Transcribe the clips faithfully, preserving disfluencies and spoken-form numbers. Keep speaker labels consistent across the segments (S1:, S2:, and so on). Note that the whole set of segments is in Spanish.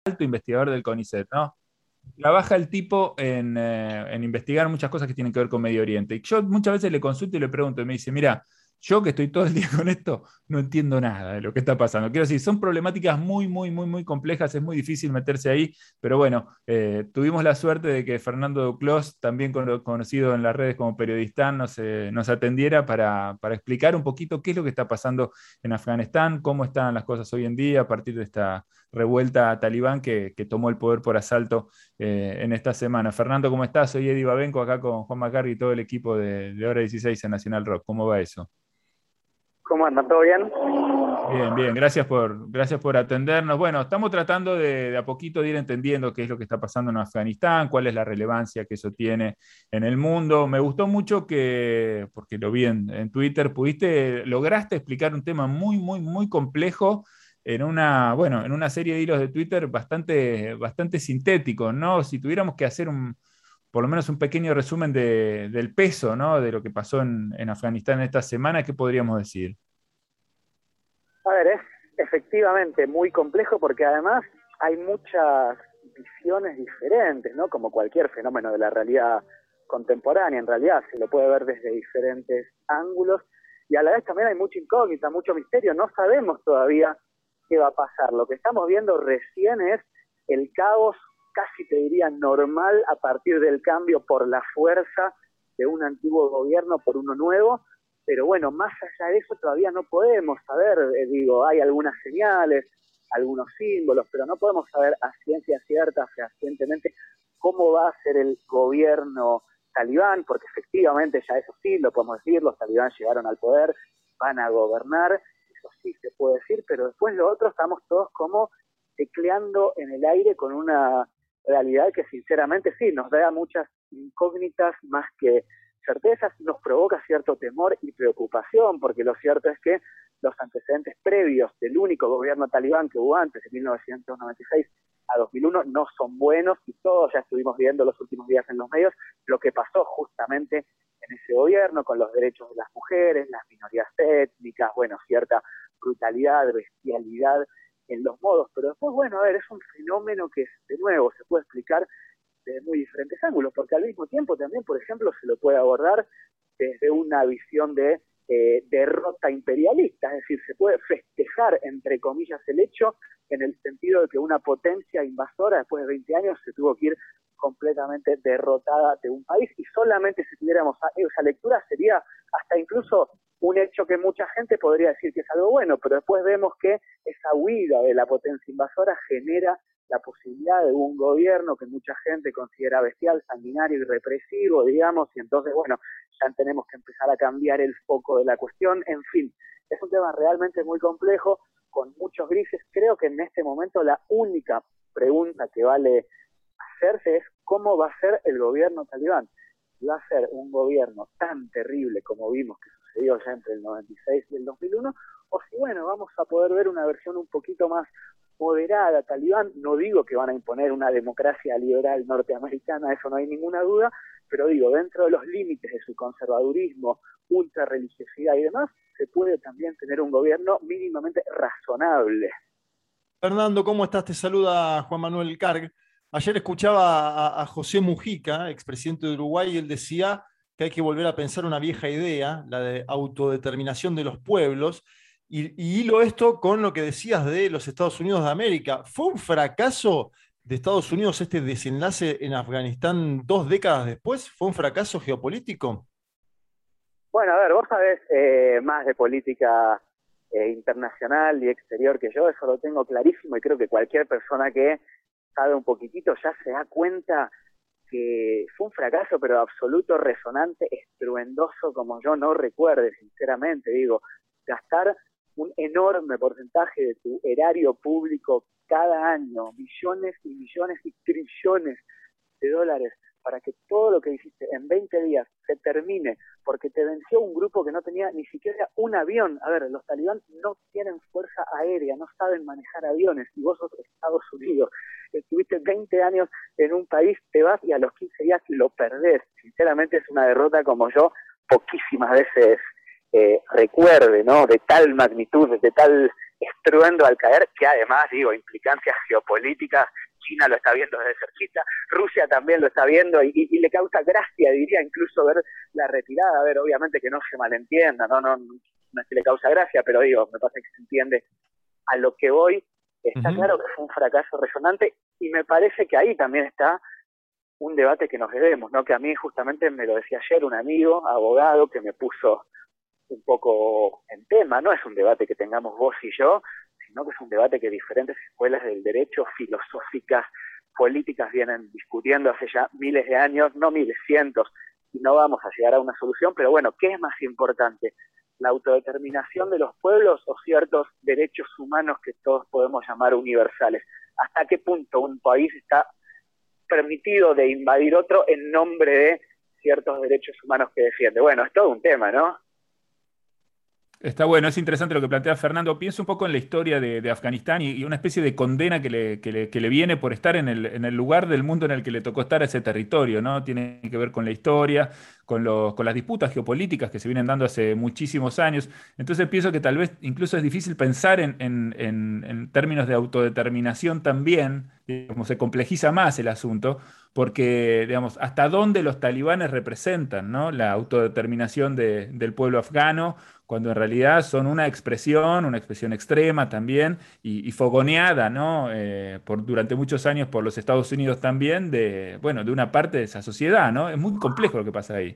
S1: alto investigador del CONICET, ¿no? Trabaja el tipo en, eh, en investigar muchas cosas que tienen que ver con Medio Oriente. Y yo muchas veces le consulto y le pregunto y me dice, mira, yo que estoy todo el día con esto, no entiendo nada de lo que está pasando. Quiero decir, son problemáticas muy, muy, muy, muy complejas, es muy difícil meterse ahí, pero bueno, eh, tuvimos la suerte de que Fernando Duclos, también con- conocido en las redes como periodista, nos, eh, nos atendiera para, para explicar un poquito qué es lo que está pasando en Afganistán, cómo están las cosas hoy en día a partir de esta revuelta talibán que, que tomó el poder por asalto eh, en esta semana. Fernando, ¿cómo estás? Soy Eddie Babenco, acá con Juan Macarri y todo el equipo de, de Hora dieciséis en Nacional Rock. ¿Cómo va eso?
S2: ¿Cómo andan? ¿Todo bien?
S1: Bien, bien, gracias por, gracias por atendernos. Bueno, estamos tratando de, de a poquito de ir entendiendo qué es lo que está pasando en Afganistán, cuál es la relevancia que eso tiene en el mundo. Me gustó mucho que, porque lo vi en, en Twitter, pudiste, lograste explicar un tema muy, muy, muy complejo en una, bueno, en una serie de hilos de Twitter bastante, bastante sintéticos, ¿no? Si tuviéramos que hacer un, por lo menos un pequeño resumen de, del peso, ¿no? De lo que pasó en, en Afganistán esta semana, ¿qué podríamos decir?
S2: A ver, es efectivamente muy complejo porque además hay muchas visiones diferentes, ¿no? Como cualquier fenómeno de la realidad contemporánea, en realidad se lo puede ver desde diferentes ángulos y a la vez también hay mucha incógnita, mucho misterio, no sabemos todavía qué va a pasar. Lo que estamos viendo recién es el caos, casi te diría normal, a partir del cambio por la fuerza de un antiguo gobierno por uno nuevo. Pero bueno, más allá de eso todavía no podemos saber, eh, digo, hay algunas señales, algunos símbolos, pero no podemos saber a ciencia cierta, fehacientemente, cómo va a ser el gobierno talibán, porque efectivamente ya eso sí, lo podemos decir, los talibán llegaron al poder, van a gobernar, eso sí se puede decir, pero después lo otro estamos todos como tecleando en el aire con una realidad que sinceramente sí, nos da muchas incógnitas más que certezas, nos provoca cierto temor y preocupación, porque lo cierto es que los antecedentes previos del único gobierno talibán que hubo antes, de mil novecientos noventa y seis a dos mil uno, no son buenos y todos ya estuvimos viendo los últimos días en los medios lo que pasó justamente en ese gobierno con los derechos de las mujeres, las minorías étnicas, bueno, cierta brutalidad, bestialidad en los modos, pero después, bueno, a ver, es un fenómeno que, de nuevo, se puede explicar de muy diferentes ángulos, porque al mismo tiempo también, por ejemplo, se lo puede abordar desde una visión de eh, derrota imperialista, es decir, se puede festejar, entre comillas, el hecho en el sentido de que una potencia invasora después de veinte años se tuvo que ir completamente derrotada de un país y solamente si tuviéramos esa lectura sería hasta incluso un hecho que mucha gente podría decir que es algo bueno, pero después vemos que esa huida de la potencia invasora genera la posibilidad de un gobierno que mucha gente considera bestial, sanguinario y represivo, digamos, y entonces, bueno, ya tenemos que empezar a cambiar el foco de la cuestión. En fin, es un tema realmente muy complejo, con muchos grises. Creo que en este momento la única pregunta que vale hacerse es cómo va a ser el gobierno talibán. Si va a ser un gobierno tan terrible como vimos que sucedió ya entre el noventa y seis y el dos mil uno, o si, bueno, vamos a poder ver una versión un poquito más moderada talibán. No digo que van a imponer una democracia liberal norteamericana, eso no hay ninguna duda, pero digo, dentro de los límites de su conservadurismo, ultra religiosidad y demás, se puede también tener un gobierno mínimamente razonable.
S3: Fernando, ¿cómo estás? Te saluda Juan Manuel Carg. Ayer escuchaba a, a José Mujica, expresidente de Uruguay, y él decía que hay que volver a pensar una vieja idea, la de autodeterminación de los pueblos, y, y hilo esto con lo que decías de los Estados Unidos de América. ¿Fue un fracaso de Estados Unidos este desenlace en Afganistán dos décadas después? ¿Fue un fracaso geopolítico?
S2: Bueno, a ver, vos sabés eh, más de política eh, internacional y exterior que yo, eso lo tengo clarísimo y creo que cualquier persona que sabe un poquitito ya se da cuenta que fue un fracaso, pero absoluto, resonante, estruendoso, como yo no recuerde, sinceramente. Digo, gastar un enorme porcentaje de tu erario público cada año, millones y millones y trillones de dólares, para que todo lo que hiciste en veinte días se termine, porque te venció un grupo que no tenía ni siquiera un avión. A ver, los talibán no tienen fuerza aérea, no saben manejar aviones, y vos sos Estados Unidos. Estuviste veinte años en un país, te vas y a los quince días lo perdés. Sinceramente es una derrota como yo poquísimas veces eh, recuerde, ¿no? De tal magnitud, de tal estruendo al caer, que además, digo, implicancias geopolíticas, China lo está viendo desde cerquita, Rusia también lo está viendo, y, y, y le causa gracia, diría, incluso ver la retirada. A ver, obviamente que no se malentienda, no, no, no es que le causa gracia, pero digo, me parece que se entiende a lo que voy. Está uh-huh. claro que fue un fracaso resonante, y me parece que ahí también está un debate que nos debemos, ¿no? Que a mí justamente me lo decía ayer un amigo, abogado, que me puso un poco en tema. No es un debate que tengamos vos y yo, sino que es un debate que diferentes escuelas del derecho, filosóficas, políticas, vienen discutiendo hace ya miles de años, no miles, cientos, y no vamos a llegar a una solución. Pero bueno, ¿qué es más importante? ¿La autodeterminación de los pueblos o ciertos derechos humanos que todos podemos llamar universales? ¿Hasta qué punto un país está permitido de invadir otro en nombre de ciertos derechos humanos que defiende? Bueno, es todo un tema, ¿no?
S1: Está bueno, es interesante lo que plantea Fernando. Pienso un poco en la historia de, de Afganistán y, y una especie de condena que le, que, le, que le viene por estar en el, en el lugar del mundo en el que le tocó estar a ese territorio, ¿no? Tiene que ver con la historia, con, los, con las disputas geopolíticas que se vienen dando hace muchísimos años. Entonces pienso que tal vez incluso es difícil pensar en, en, en, en términos de autodeterminación también, digamos, se complejiza más el asunto, porque, digamos, hasta dónde los talibanes representan, ¿no? La autodeterminación de, del pueblo afgano, cuando en realidad son una expresión, una expresión extrema también, y, y fogoneada, ¿no? Eh, por, durante muchos años por los Estados Unidos también, de, bueno, de una parte de esa sociedad, ¿no? Es muy complejo lo que pasa ahí.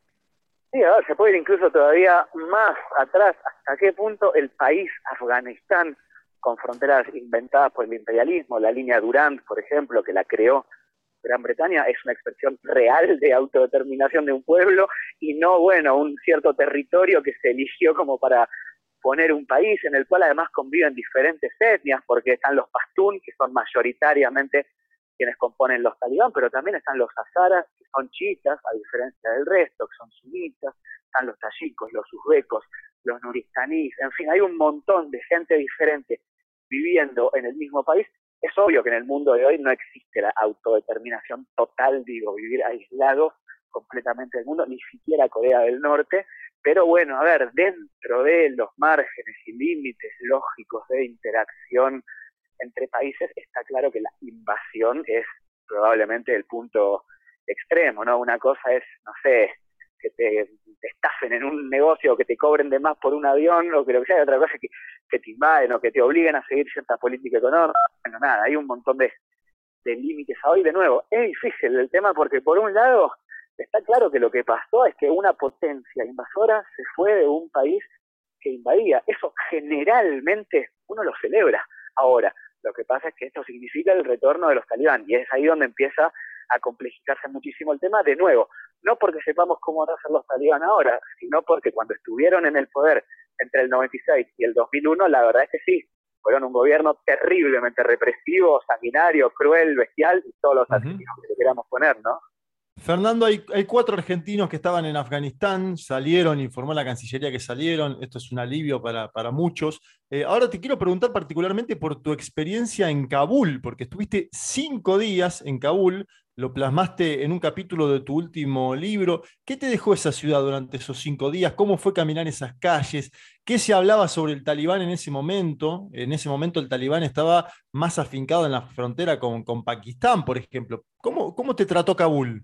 S2: Sí, a ver, se puede ir incluso todavía más atrás, hasta qué punto el país Afganistán, con fronteras inventadas por el imperialismo, la línea Durand, por ejemplo, que la creó Gran Bretaña, es una expresión real de autodeterminación de un pueblo y no, bueno, un cierto territorio que se eligió como para poner un país en el cual además conviven diferentes etnias, porque están los pastún, que son mayoritariamente quienes componen los talibán, pero también están los hazaras, que son chiitas, a diferencia del resto, que son sunitas, están los tayikos, los uzbecos, los nuristaníes, en fin, hay un montón de gente diferente viviendo en el mismo país. Es obvio que en el mundo de hoy no existe la autodeterminación total, digo, vivir aislados completamente del mundo, ni siquiera Corea del Norte, pero bueno, a ver, dentro de los márgenes y límites lógicos de interacción entre países, está claro que la invasión es probablemente el punto extremo, ¿no? Una cosa es, no sé, que te, te estafen en un negocio o que te cobren de más por un avión o que lo que sea, y otra cosa es que, que te invaden o que te obliguen a seguir cierta política económica. Bueno, nada, hay un montón de, de límites a hoy. De nuevo, es difícil el tema porque por un lado está claro que lo que pasó es que una potencia invasora se fue de un país que invadía. Eso generalmente uno lo celebra. Ahora, lo que pasa es que esto significa el retorno de los talibán y es ahí donde empieza a complejicarse muchísimo el tema. De nuevo, no porque sepamos cómo van a ser los talibán ahora, sino porque cuando estuvieron en el poder entre el noventa y seis y el dos mil uno, la verdad es que sí, fueron un gobierno terriblemente represivo, sanguinario, cruel, bestial, y todos los adjetivos uh-huh. que le queramos poner, ¿no?
S3: Fernando, hay, hay cuatro argentinos que estaban en Afganistán, salieron, informó la Cancillería que salieron, esto es un alivio para, para muchos. Eh, ahora te quiero preguntar particularmente por tu experiencia en Kabul, porque estuviste cinco días en Kabul, lo plasmaste en un capítulo de tu último libro. ¿Qué te dejó esa ciudad durante esos cinco días? ¿Cómo fue caminar esas calles? ¿Qué se hablaba sobre el talibán en ese momento? En ese momento el talibán estaba más afincado en la frontera con, con Pakistán, por ejemplo. ¿Cómo, cómo te trató Kabul?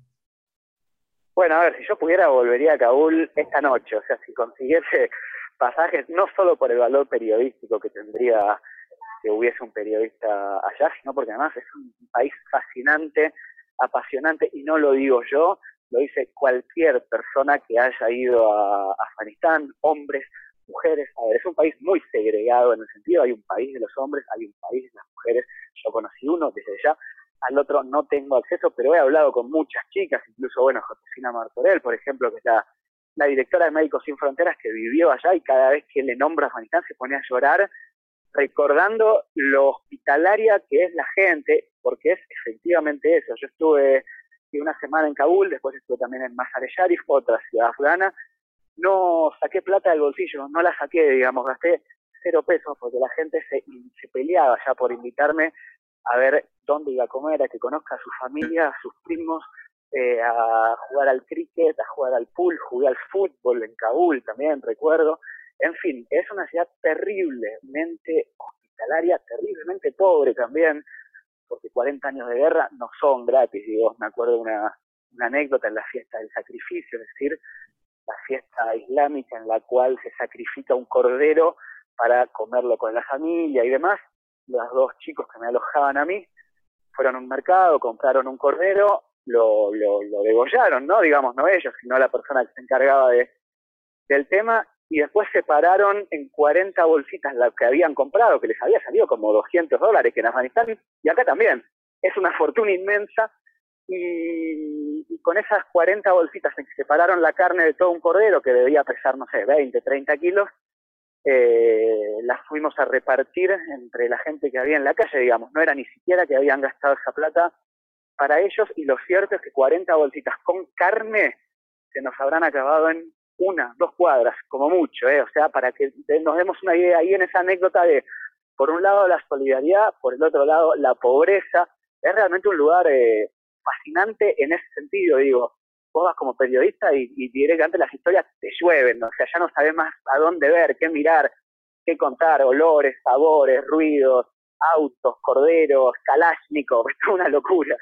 S2: Bueno, a ver, si yo pudiera volvería a Kabul esta noche, o sea, si consiguiese pasajes, no solo por el valor periodístico que tendría que hubiese un periodista allá, sino porque además es un país fascinante, apasionante, y no lo digo yo, lo dice cualquier persona que haya ido a Afganistán, hombres, mujeres. A ver, es un país muy segregado en el sentido, hay un país de los hombres, hay un país de las mujeres. Yo conocí uno desde allá, al otro no tengo acceso, pero he hablado con muchas chicas, incluso, bueno, Josefina Martorell, por ejemplo, que es la, la directora de Médicos Sin Fronteras, que vivió allá, y cada vez que le nombra a Afganistán se pone a llorar, recordando lo hospitalaria que es la gente, porque es efectivamente eso. Yo estuve una semana en Kabul, después estuve también en Mazar-e-Sharif, otra ciudad afgana. No saqué plata del bolsillo, no la saqué, digamos, gasté cero pesos, porque la gente se, se peleaba ya por invitarme a ver dónde iba a comer, a que conozca a su familia, a sus primos, eh, a jugar al cricket, a jugar al pool, jugué al fútbol en Kabul también, recuerdo. En fin, es una ciudad terriblemente hospitalaria, terriblemente pobre también, porque cuarenta años de guerra no son gratis. Digo, me acuerdo de una, una anécdota en la fiesta del sacrificio, es decir, la fiesta islámica en la cual se sacrifica un cordero para comerlo con la familia y demás. Los dos chicos que me alojaban a mí fueron a un mercado, compraron un cordero, lo, lo, lo degollaron, ¿no? Digamos, no ellos, sino la persona que se encargaba de, del tema, y después separaron en cuarenta bolsitas lo que habían comprado, que les había salido como doscientos dólares, que en Afganistán, y acá también, es una fortuna inmensa, y, y con esas cuarenta bolsitas en que separaron la carne de todo un cordero, que debía pesar, no sé, veinte, treinta kilos, eh, las fuimos a repartir entre la gente que había en la calle, digamos, no era ni siquiera que habían gastado esa plata para ellos, y lo cierto es que cuarenta bolsitas con carne se nos habrán acabado en una, dos cuadras, como mucho, ¿eh? O sea, para que nos demos una idea ahí en esa anécdota de, por un lado, la solidaridad, por el otro lado, la pobreza. Es realmente un lugar eh, fascinante en ese sentido, digo. Vos vas como periodista y, y directamente las historias te llueven, ¿no? O sea, ya no sabes más a dónde ver, qué mirar, qué contar, olores, sabores, ruidos, autos, corderos, Kalashnikov, es una locura.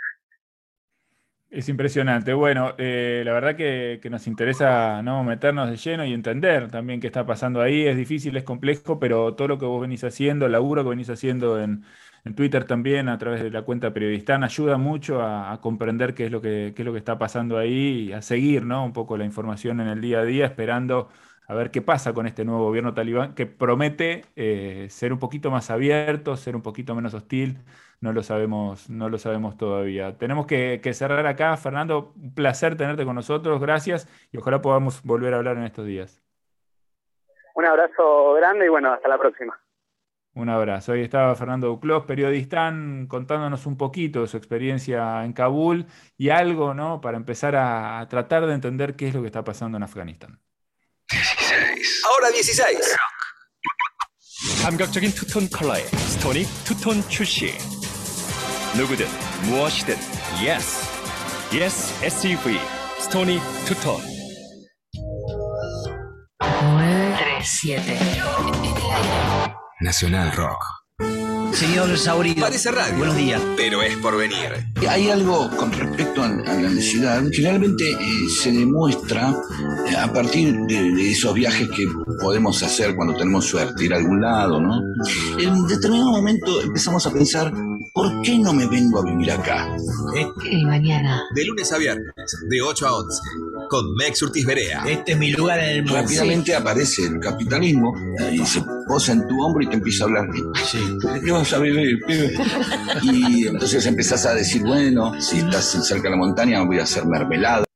S1: Es impresionante. Bueno, eh, la verdad que, que nos interesa, ¿no?, meternos de lleno y entender también qué está pasando ahí. Es difícil, es complejo, pero todo lo que vos venís haciendo, el laburo que venís haciendo en, en Twitter también, a través de la cuenta Periodistán, ayuda mucho a, a comprender qué es lo que, qué es lo que está pasando ahí y a seguir, ¿no?, un poco la información en el día a día, esperando a ver qué pasa con este nuevo gobierno talibán que promete eh, ser un poquito más abierto, ser un poquito menos hostil. No lo sabemos, no lo sabemos todavía. Tenemos que, que cerrar acá, Fernando. Un placer tenerte con nosotros, gracias, y ojalá podamos volver a hablar en estos días.
S2: Un abrazo grande y bueno, hasta la próxima.
S1: Un abrazo. Hoy estaba Fernando Duclos, periodista, contándonos un poquito de su experiencia en Kabul y algo, ¿no?, para empezar a, a tratar de entender qué es lo que está pasando en Afganistán.
S4: dieciséis. Ahora dieciséis.
S5: 감각적인 투톤 컬러의 스토닉 투톤 출시. 누구든 무엇이든 yes. yes 에스유브이 스토닉 투톤.
S6: nueve tres siete.
S4: Nacional Rock.
S7: Señor Sauri,
S4: Parece radio.
S7: buenos días.
S4: Pero es por venir.
S8: Hay algo con respecto a, a la necesidad. Generalmente eh, se demuestra eh, a partir de, de esos viajes que podemos hacer cuando tenemos suerte, ir a algún lado, ¿no? En determinado momento empezamos a pensar, ¿por qué no me vengo a vivir acá?
S7: ¿Eh?
S6: El mañana.
S4: De lunes a viernes, de ocho a once, con Mex Urtiz Berea.
S7: Este es mi lugar en el mundo.
S8: Rápidamente
S7: Sí.
S8: aparece el capitalismo eh, y se posa en tu hombro y te empieza a hablar. Sí. ¿De qué vas a vivir, pibe? Y entonces empezás a decir, bueno, si estás cerca de la montaña voy a hacer mermelada.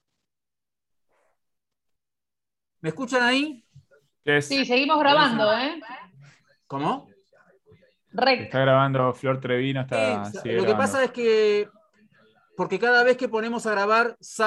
S9: ¿Me escuchan ahí?
S1: Es-
S10: Sí, seguimos grabando, ¿eh?
S9: ¿Cómo?
S10: Rec.
S1: Está grabando Flor Trevino. Está,
S9: Eh,
S1: sigue
S9: lo que
S1: grabando.
S9: pasa es que, porque cada vez que ponemos a grabar,